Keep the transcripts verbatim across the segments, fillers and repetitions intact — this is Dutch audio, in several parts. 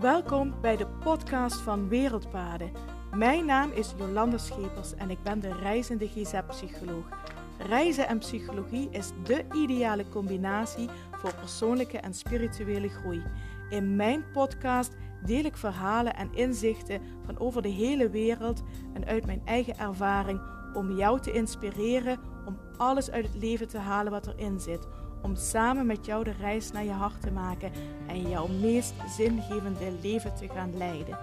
Welkom bij de podcast van Wereldpaden. Mijn naam is Jolanda Schepers en ik ben de reizende G Z-psycholoog. Reizen en psychologie is de ideale combinatie voor persoonlijke en spirituele groei. In mijn podcast deel ik verhalen en inzichten van over de hele wereld en uit mijn eigen ervaring om jou te inspireren om alles uit het leven te halen wat erin zit. Om samen met jou de reis naar je hart te maken en jouw meest zingevende leven te gaan leiden.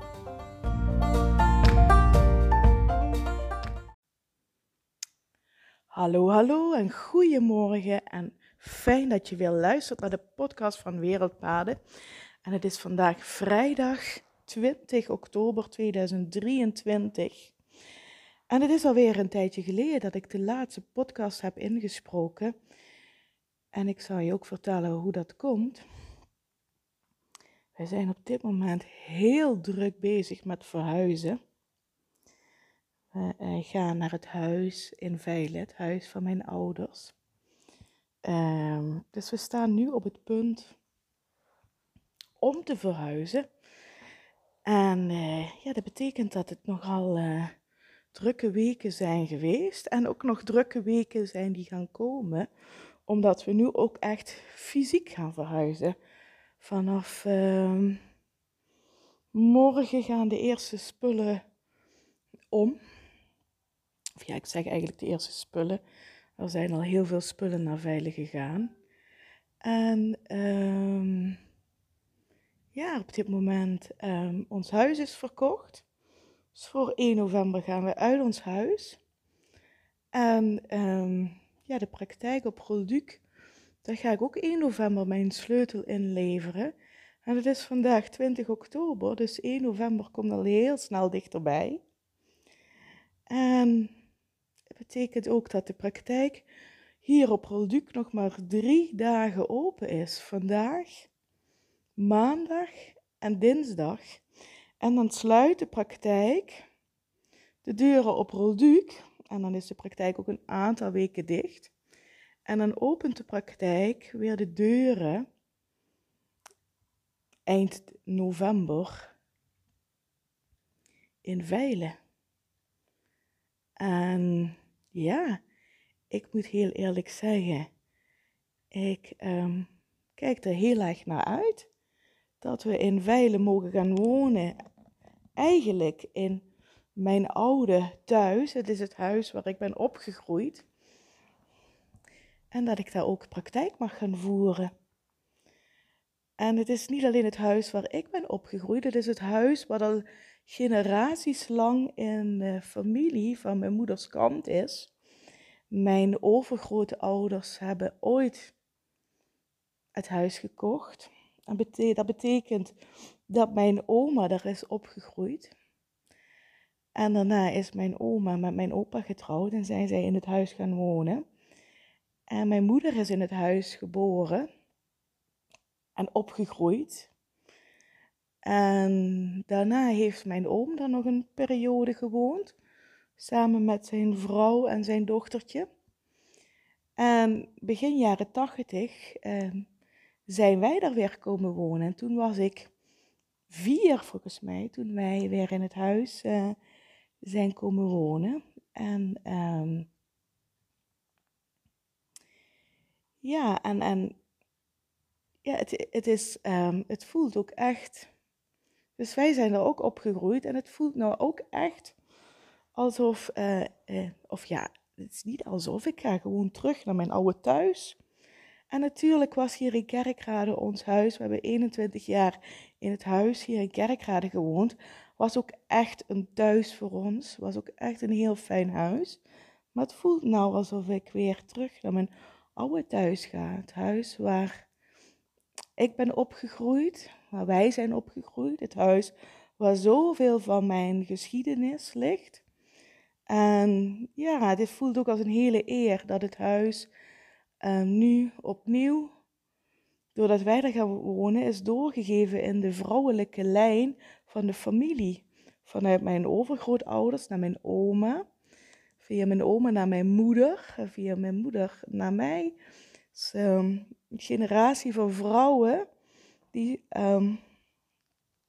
Hallo, hallo en goedemorgen en fijn dat je weer luistert naar de podcast van Wereldpaden. En het is vandaag vrijdag twintig oktober tweeduizend drieëntwintig. En het is alweer een tijdje geleden dat ik de laatste podcast heb ingesproken. En ik zal je ook vertellen hoe dat komt. Wij zijn op dit moment heel druk bezig met verhuizen. We gaan naar het huis in Veilen, het huis van mijn ouders. Um, dus we staan nu op het punt om te verhuizen. En uh, ja, dat betekent dat het nogal uh, drukke weken zijn geweest. En ook nog drukke weken zijn die gaan komen. Omdat we nu ook echt fysiek gaan verhuizen. Vanaf uh, morgen gaan de eerste spullen om. Of ja, ik zeg eigenlijk de eerste spullen. Er zijn al heel veel spullen naar Veilen gegaan. En um, ja, op dit moment, um, ons huis is verkocht. Dus voor één november gaan we uit ons huis. En um, ja, de praktijk op Rolduc, daar ga ik ook één november mijn sleutel inleveren. En het is vandaag twintig oktober, dus één november komt al heel snel dichterbij. En het betekent ook dat de praktijk hier op Rolduc nog maar drie dagen open is. Vandaag, maandag en dinsdag. En dan sluit de praktijk de deuren op Rolduc. En dan is de praktijk ook een aantal weken dicht. En dan opent de praktijk weer de deuren eind november in Veilen. En ja, ik moet heel eerlijk zeggen, ik um, kijk er heel erg naar uit dat we in Veilen mogen gaan wonen. Eigenlijk in mijn oude thuis, het is het huis waar ik ben opgegroeid. En dat ik daar ook praktijk mag gaan voeren. En het is niet alleen het huis waar ik ben opgegroeid, het is het huis wat al generaties lang in de familie van mijn moeders kant is. Mijn overgrootouders hebben ooit het huis gekocht. En bete- dat betekent dat mijn oma daar is opgegroeid. En daarna is mijn oma met mijn opa getrouwd en zijn zij in het huis gaan wonen. En mijn moeder is in het huis geboren en opgegroeid. En daarna heeft mijn oom daar nog een periode gewoond, samen met zijn vrouw en zijn dochtertje. En begin jaren tachtig eh, zijn wij daar weer komen wonen. En toen was ik vier volgens mij, toen wij weer in het huis uh, zijn komen wonen. En um, ja, en, en ja, het, het, is, um, het voelt ook echt. Dus wij zijn er ook opgegroeid en het voelt nou ook echt alsof, uh, uh, of ja, het is niet alsof, ik ga gewoon terug naar mijn oude thuis. En natuurlijk was hier in Kerkrade ons huis, we hebben eenentwintig jaar in het huis hier in Kerkrade gewoond, was ook echt een thuis voor ons, was ook echt een heel fijn huis. Maar het voelt nou alsof ik weer terug naar mijn oude thuis ga, het huis waar ik ben opgegroeid, waar wij zijn opgegroeid, het huis waar zoveel van mijn geschiedenis ligt. En ja, dit voelt ook als een hele eer dat het huis uh, nu opnieuw, doordat wij er gaan wonen, is doorgegeven in de vrouwelijke lijn van de familie. Vanuit mijn overgrootouders naar mijn oma, via mijn oma naar mijn moeder, via mijn moeder naar mij. Dus, um, een generatie van vrouwen die um,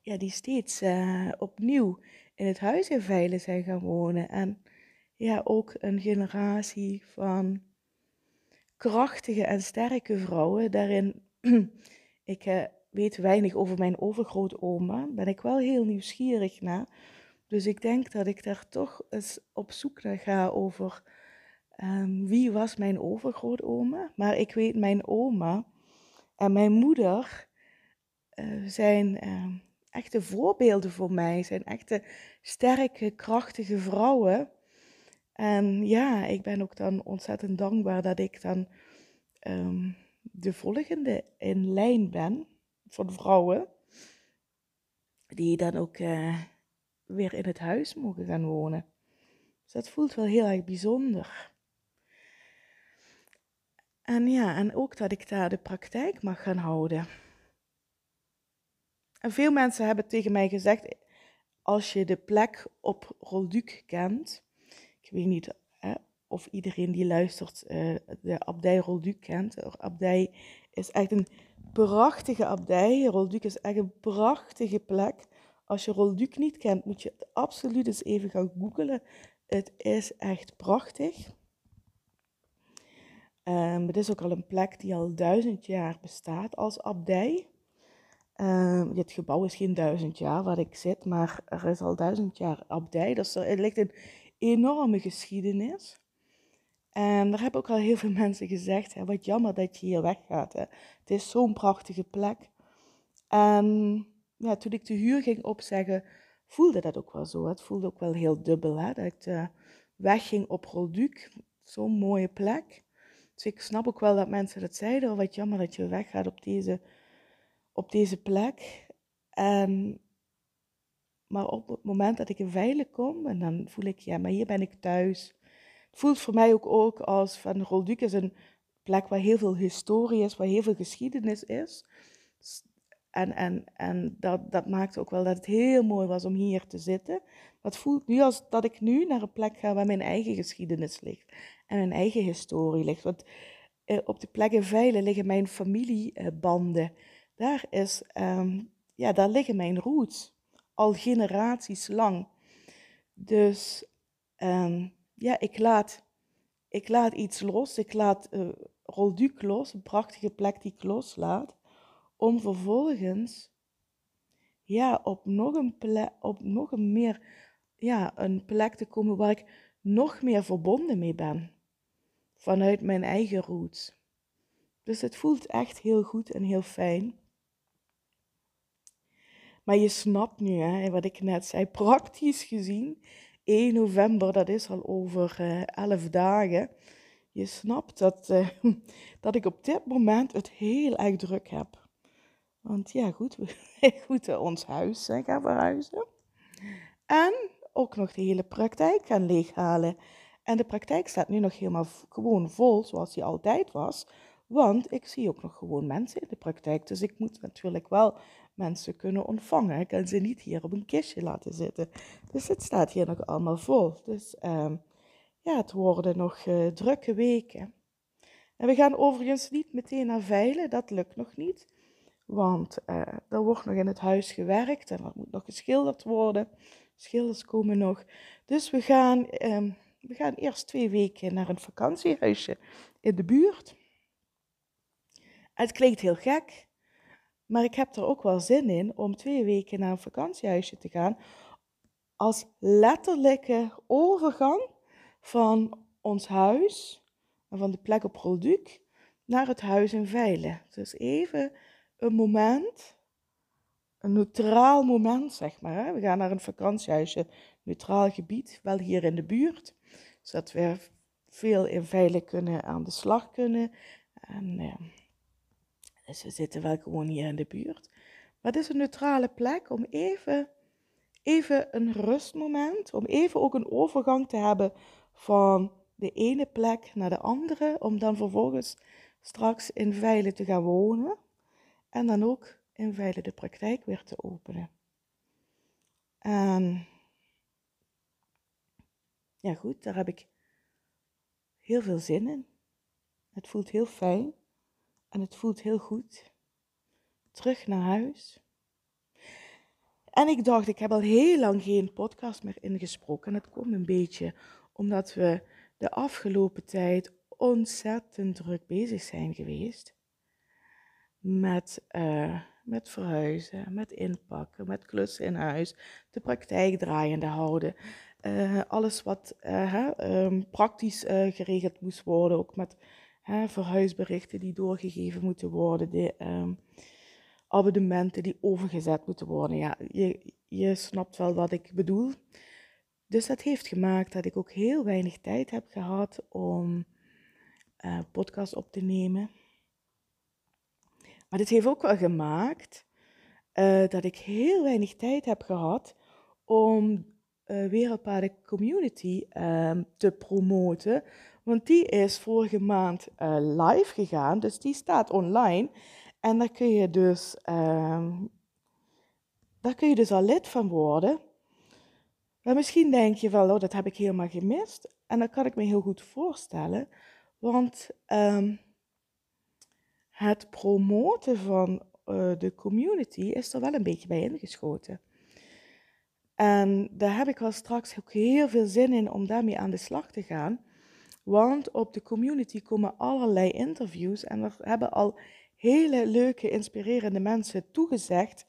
ja, die steeds eh, opnieuw in het huis in Veilen zijn gaan wonen. En ja, ook een generatie van krachtige en sterke vrouwen. Daarin, ik eh, weet weinig over mijn overgrootoma, ben ik wel heel nieuwsgierig naar. Dus ik denk dat ik daar toch eens op zoek naar ga over ehm, wie was mijn overgrootoma. Maar ik weet, mijn oma en mijn moeder eh, zijn ehm, echte voorbeelden voor mij. Zijn echte sterke, krachtige vrouwen. En ja, ik ben ook dan ontzettend dankbaar dat ik dan ehm, de volgende in lijn ben van vrouwen. Die dan ook eh, weer in het huis mogen gaan wonen. Dus dat voelt wel heel erg bijzonder. En ja, en ook dat ik daar de praktijk mag gaan houden. En veel mensen hebben tegen mij gezegd, als je de plek op Rolduc kent, ik weet niet hè, of iedereen die luistert uh, de abdij Rolduc kent. De abdij is echt een prachtige abdij. Rolduc is echt een prachtige plek. Als je Rolduc niet kent, moet je het absoluut eens even gaan googlen. Het is echt prachtig. Um, het is ook al een plek die al duizend jaar bestaat als abdij. Um, dit gebouw is geen duizend jaar waar ik zit, maar er is al duizend jaar abdij. Dus er, er ligt een enorme geschiedenis. En daar hebben ook al heel veel mensen gezegd, hè, wat jammer dat je hier weggaat. Hè. Het is zo'n prachtige plek. En ja, toen ik de huur ging opzeggen, voelde dat ook wel zo. Het voelde ook wel heel dubbel, hè, dat ik uh, wegging op Rolduc, zo'n mooie plek. Dus ik snap ook wel dat mensen dat zeiden, oh, wat jammer dat je weggaat op deze, op deze plek. En, maar op het moment dat ik in Veilen kom, en dan voel ik, ja, maar hier ben ik thuis. Het voelt voor mij ook, ook als van Rolduc is een plek waar heel veel historie is, waar heel veel geschiedenis is. En, en, en dat, dat maakt ook wel dat het heel mooi was om hier te zitten. Maar het voelt nu als dat ik nu naar een plek ga waar mijn eigen geschiedenis ligt. En mijn eigen historie ligt. Want eh, op de plek in Veilen liggen mijn familiebanden. Daar, is, um, ja, daar liggen mijn roots. Al generaties lang. Dus um, ja, ik laat, ik laat iets los. Ik laat uh, Rolduc los. Een prachtige plek die ik loslaat. Om vervolgens ja, op nog een plek, op nog een meer, ja, een plek te komen waar ik nog meer verbonden mee ben. Vanuit mijn eigen roots. Dus het voelt echt heel goed en heel fijn. Maar je snapt nu, hè, wat ik net zei, praktisch gezien, één november, dat is al over uh, elf dagen. Je snapt dat, uh, dat ik op dit moment het heel erg druk heb. Want ja, goed, we moeten ons huis hè, gaan verhuizen. En ook nog de hele praktijk gaan leeghalen. En de praktijk staat nu nog helemaal gewoon vol, zoals die altijd was. Want ik zie ook nog gewoon mensen in de praktijk. Dus ik moet natuurlijk wel mensen kunnen ontvangen. Ik kan ze niet hier op een kistje laten zitten. Dus het staat hier nog allemaal vol. Dus uh, ja, het worden nog uh, drukke weken. En we gaan overigens niet meteen naar Veilen, dat lukt nog niet. Want uh, er wordt nog in het huis gewerkt en er moet nog geschilderd worden. Schilders komen nog. Dus we gaan, um, we gaan eerst twee weken naar een vakantiehuisje in de buurt. En het klinkt heel gek, maar ik heb er ook wel zin in om twee weken naar een vakantiehuisje te gaan. Als letterlijke overgang van ons huis, van de plek op Rolduc, naar het huis in Veilen. Dus even een moment, een neutraal moment, zeg maar. Hè? We gaan naar een vakantiehuisje, neutraal gebied, wel hier in de buurt. Zodat we veel in Veilen kunnen aan de slag kunnen. En, eh, dus we zitten wel gewoon hier in de buurt. Maar het is een neutrale plek om even, even een rustmoment, om even ook een overgang te hebben van de ene plek naar de andere. Om dan vervolgens straks in Veilen te gaan wonen. En dan ook in Veilen de praktijk weer te openen. En ja goed, daar heb ik heel veel zin in. Het voelt heel fijn en het voelt heel goed. Terug naar huis. En ik dacht, ik heb al heel lang geen podcast meer ingesproken. En dat komt een beetje omdat we de afgelopen tijd ontzettend druk bezig zijn geweest. Met, uh, met verhuizen, met inpakken, met klussen in huis, de praktijk draaiende houden. Uh, alles wat uh, um, praktisch uh, geregeld moest worden, ook met uh, verhuisberichten die doorgegeven moeten worden, de um, abonnementen die overgezet moeten worden. Ja, je, je snapt wel wat ik bedoel. Dus dat heeft gemaakt dat ik ook heel weinig tijd heb gehad om uh, podcast op te nemen. Maar dit heeft ook wel gemaakt uh, dat ik heel weinig tijd heb gehad om uh, Wereldpaden Community uh, te promoten. Want die is vorige maand uh, live gegaan, dus die staat online. En daar kun je dus, uh, daar kun je dus al lid van worden. Maar misschien denk je wel, oh, dat heb ik helemaal gemist. En dat kan ik me heel goed voorstellen. Want um, het promoten van uh, de community is er wel een beetje bij ingeschoten. En daar heb ik wel straks ook heel veel zin in om daarmee aan de slag te gaan. Want op de community komen allerlei interviews. En er hebben al hele leuke, inspirerende mensen toegezegd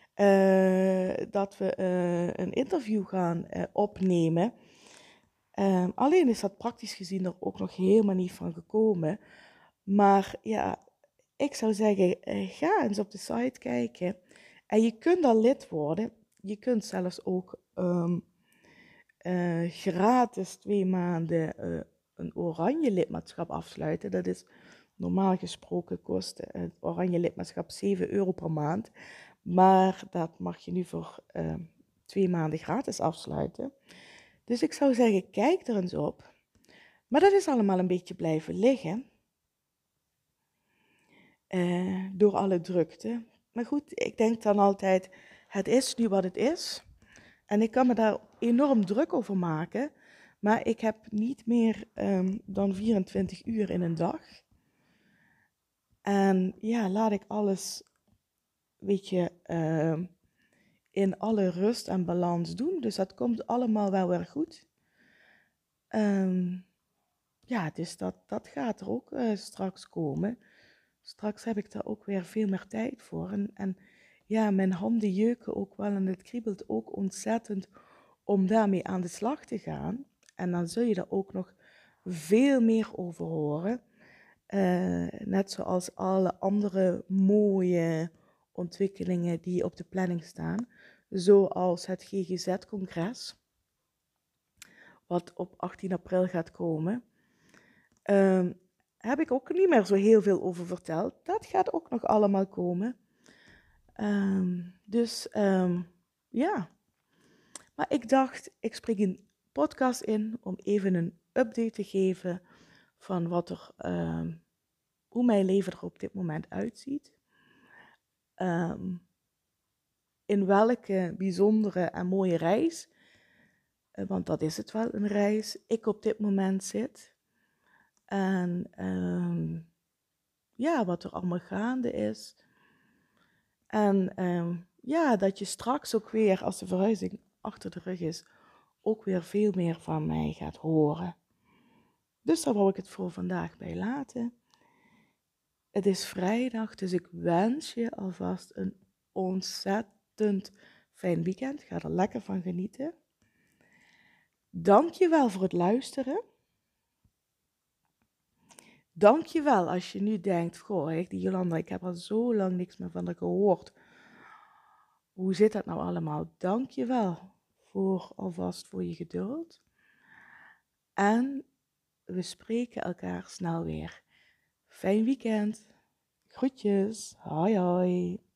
uh, dat we uh, een interview gaan uh, opnemen. Um, alleen is dat praktisch gezien er ook nog helemaal niet van gekomen. Maar ja, ik zou zeggen, uh, ga eens op de site kijken. En je kunt al lid worden. Je kunt zelfs ook um, uh, gratis twee maanden uh, een oranje lidmaatschap afsluiten. Dat is normaal gesproken kost het oranje lidmaatschap zeven euro per maand. Maar dat mag je nu voor uh, twee maanden gratis afsluiten. Dus ik zou zeggen, kijk er eens op. Maar dat is allemaal een beetje blijven liggen. Uh, door alle drukte. Maar goed, ik denk dan altijd, het is nu wat het is. En ik kan me daar enorm druk over maken. Maar ik heb niet meer um, dan vierentwintig uur in een dag. En ja, laat ik alles, weet je, uh, in alle rust en balans doen. Dus dat komt allemaal wel weer goed. Um, ja, dus dat, dat gaat er ook uh, straks komen. Straks heb ik daar ook weer veel meer tijd voor. En, en ja, mijn handen jeuken ook wel en het kriebelt ook ontzettend om daarmee aan de slag te gaan. En dan zul je er ook nog veel meer over horen. Uh, net zoals alle andere mooie ontwikkelingen die op de planning staan. Zoals het G G Z-congres, wat op achttien april gaat komen. Um, heb ik ook niet meer zo heel veel over verteld. Dat gaat ook nog allemaal komen. Um, dus um, ja. Maar ik dacht, ik spreek een podcast in om even een update te geven van wat er, um, hoe mijn leven er op dit moment uitziet. Um, in welke bijzondere en mooie reis, uh, want dat is het wel, een reis, ik op dit moment zit. En um, ja, wat er allemaal gaande is. En um, ja, dat je straks ook weer, als de verhuizing achter de rug is, ook weer veel meer van mij gaat horen. Dus daar wou ik het voor vandaag bij laten. Het is vrijdag, dus ik wens je alvast een ontzettend fijn weekend. Ga er lekker van genieten. Dank je wel voor het luisteren. Dank je wel als je nu denkt, goh, die Jolanda, ik heb al zo lang niks meer van haar gehoord. Hoe zit dat nou allemaal? Dank je wel voor alvast voor je geduld. En we spreken elkaar snel weer. Fijn weekend. Groetjes. Hoi hoi.